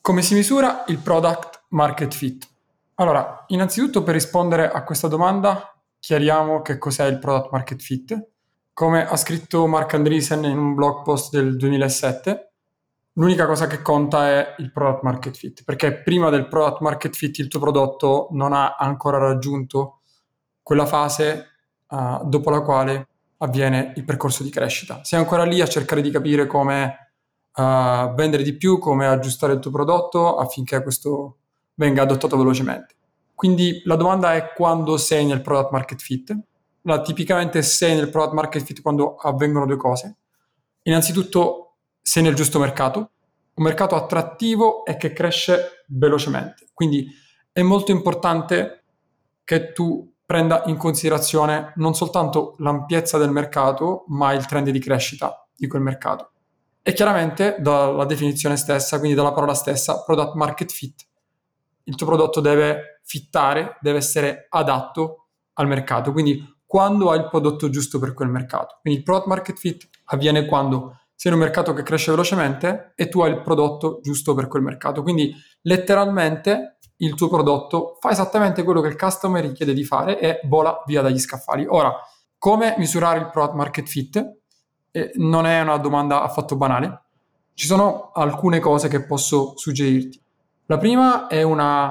Come si misura il product market fit? Allora, innanzitutto per rispondere a questa domanda chiariamo che cos'è il product market fit. Come ha scritto Marc Andreessen in un blog post del 2007, l'unica cosa che conta è il product market fit, perché prima del product market fit il tuo prodotto non ha ancora raggiunto quella fase dopo la quale avviene il percorso di crescita. Sei ancora lì a cercare di capire come vendere di più, come aggiustare il tuo prodotto affinché questo venga adottato velocemente. Quindi la domanda è quando sei nel product market fit. Tipicamente sei nel product market fit quando avvengono due cose. Innanzitutto sei nel giusto mercato, un mercato attrattivo e che cresce velocemente. Quindi è molto importante che tu prenda in considerazione non soltanto l'ampiezza del mercato, ma il trend di crescita di quel mercato. E chiaramente dalla definizione stessa, quindi dalla parola stessa, product market fit, il tuo prodotto deve fittare, deve essere adatto al mercato. Quindi quando hai il prodotto giusto per quel mercato. Quindi il product market fit avviene quando sei in un mercato che cresce velocemente e tu hai il prodotto giusto per quel mercato. Quindi letteralmente il tuo prodotto fa esattamente quello che il customer richiede di fare e vola via dagli scaffali. Ora, come misurare il product market fit? Non è una domanda affatto banale. Ci sono alcune cose che posso suggerirti. La prima è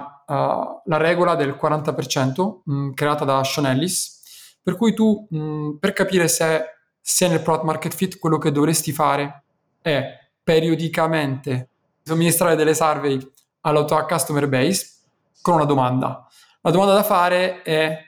la regola del 40% creata da Sean Ellis, per cui tu, per capire se sei nel product market fit, quello che dovresti fare è periodicamente somministrare delle survey alla tua customer base con una domanda. La domanda da fare è: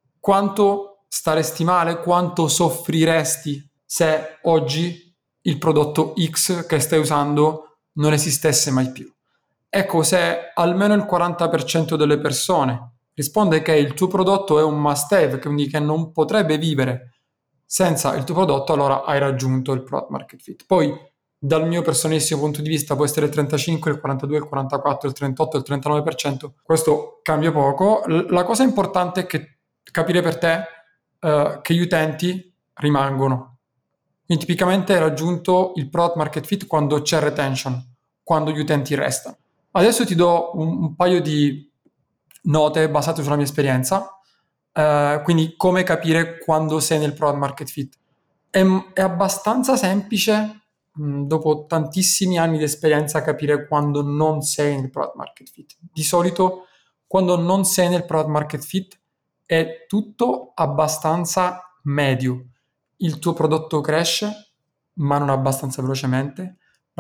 quanto staresti male, quanto soffriresti se oggi il prodotto X che stai usando non esistesse mai più? Ecco, se almeno il 40% delle persone risponde che il tuo prodotto è un must have, quindi che non potrebbe vivere senza il tuo prodotto, allora hai raggiunto il product market fit. Poi, dal mio personalissimo punto di vista, può essere il 35, il 42, il 44, il 38, il 39%. Questo cambia poco. La cosa importante è capire per te che gli utenti rimangono. Quindi tipicamente hai raggiunto il product market fit quando c'è retention, quando gli utenti restano. Adesso ti do un paio di note basate sulla mia esperienza, quindi come capire quando sei nel product market fit. È abbastanza semplice, dopo tantissimi anni di esperienza, capire quando non sei nel product market fit. Di solito, quando non sei nel product market fit, è tutto abbastanza medio. Il tuo prodotto cresce, ma non abbastanza velocemente.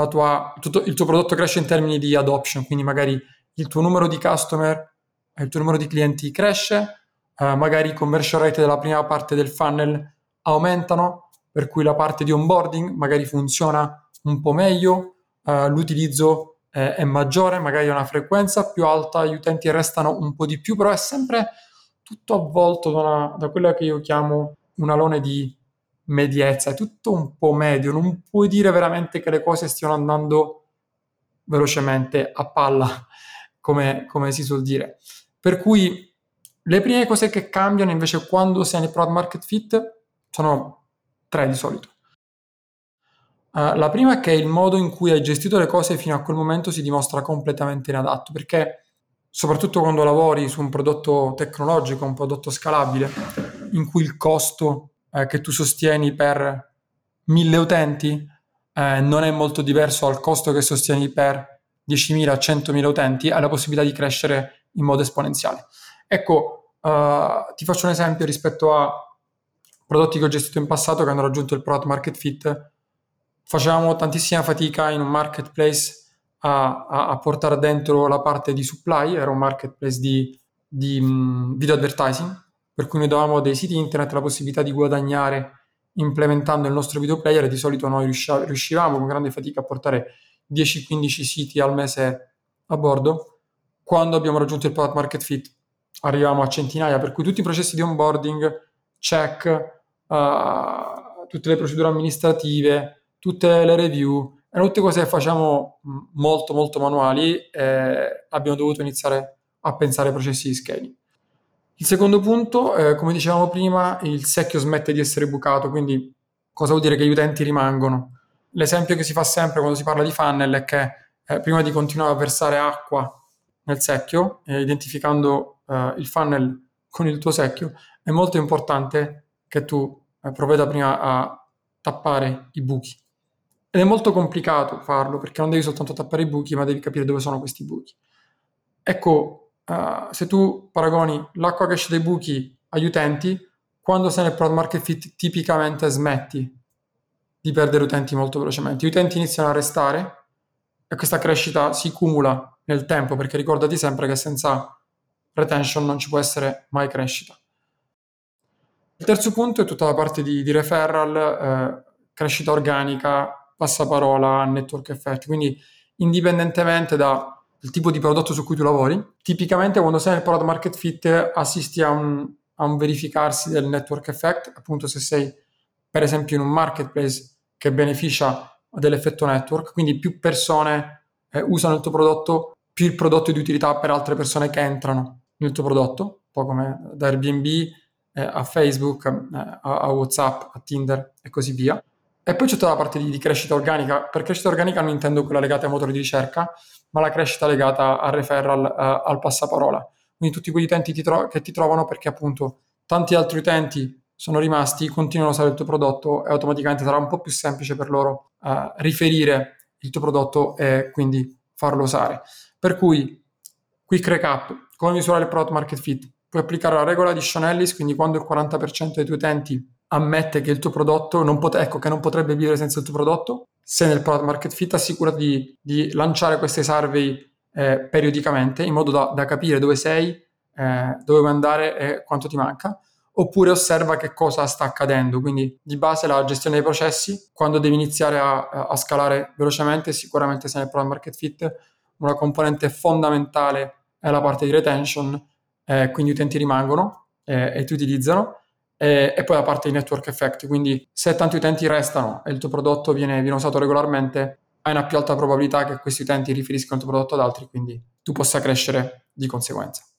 Il tuo prodotto cresce in termini di adoption, quindi magari il tuo numero di customer, il tuo numero di clienti cresce, magari i conversion rate della prima parte del funnel aumentano, per cui la parte di onboarding magari funziona un po' meglio, l'utilizzo è maggiore, magari ha una frequenza più alta, gli utenti restano un po' di più, però è sempre tutto avvolto da quella che io chiamo un alone di mediezza, è tutto un po' medio, non puoi dire veramente che le cose stiano andando velocemente a palla, come si suol dire. Per cui le prime cose che cambiano invece quando sei nel product market fit sono tre di solito. La prima è che il modo in cui hai gestito le cose fino a quel momento si dimostra completamente inadatto, perché soprattutto quando lavori su un prodotto tecnologico, un prodotto scalabile, in cui il costo che tu sostieni per 1000 utenti non è molto diverso dal costo che sostieni per 10.000, 100.000 utenti, hai la possibilità di crescere in modo esponenziale. Ecco, ti faccio un esempio rispetto a prodotti che ho gestito in passato che hanno raggiunto il product market fit. Facevamo tantissima fatica in un marketplace a portare dentro la parte di supply, era un marketplace di video advertising, per cui noi davamo dei siti internet la possibilità di guadagnare implementando il nostro video player, e di solito noi riuscivamo con grande fatica a portare 10-15 siti al mese a bordo. Quando abbiamo raggiunto il product market fit arrivavamo a centinaia, per cui tutti i processi di onboarding, check, tutte le procedure amministrative, tutte le review, erano tutte cose che facciamo molto molto manuali, e abbiamo dovuto iniziare a pensare ai processi di scaling. Il secondo punto, come dicevamo prima, il secchio smette di essere bucato, quindi cosa vuol dire? Che gli utenti rimangono. L'esempio che si fa sempre quando si parla di funnel è che prima di continuare a versare acqua nel secchio, identificando il funnel con il tuo secchio, è molto importante che tu provveda prima a tappare i buchi. Ed è molto complicato farlo perché non devi soltanto tappare i buchi, ma devi capire dove sono questi buchi. Ecco, se tu paragoni l'acqua che esce dai buchi agli utenti, quando sei nel product market fit tipicamente smetti di perdere utenti molto velocemente. Gli utenti iniziano a restare e questa crescita si cumula nel tempo, perché ricordati sempre che senza retention non ci può essere mai crescita. Il terzo punto è tutta la parte di referral, crescita organica, passaparola, network effect. Quindi indipendentemente dal tipo di prodotto su cui tu lavori, tipicamente quando sei nel product market fit assisti a un verificarsi del network effect, appunto se sei per esempio in un marketplace che beneficia dell'effetto network, quindi più persone usano il tuo prodotto, più il prodotto è di utilità per altre persone che entrano nel tuo prodotto, un po' come da Airbnb a Facebook, a WhatsApp, a Tinder e così via. E poi c'è tutta la parte di crescita organica. Per crescita organica non intendo quella legata ai motori di ricerca, ma la crescita legata al referral, al passaparola. Quindi tutti quegli utenti che ti trovano perché appunto tanti altri utenti sono rimasti, continuano a usare il tuo prodotto e automaticamente sarà un po' più semplice per loro riferire il tuo prodotto e quindi farlo usare. Per cui, quick recap, come misurare il product market fit? Puoi applicare la regola di Sean Ellis, quindi quando il 40% dei tuoi utenti ammette che il tuo prodotto che non potrebbe vivere senza il tuo prodotto, se nel product market fit assicurati di lanciare queste survey periodicamente in modo da capire dove sei, dove vuoi andare e quanto ti manca, oppure osserva che cosa sta accadendo. Quindi di base la gestione dei processi, quando devi iniziare a scalare velocemente, sicuramente se nel product market fit una componente fondamentale è la parte di retention, quindi gli utenti rimangono e ti utilizzano, e poi la parte di network effect, quindi se tanti utenti restano e il tuo prodotto viene usato regolarmente, hai una più alta probabilità che questi utenti riferiscano il tuo prodotto ad altri, quindi tu possa crescere di conseguenza.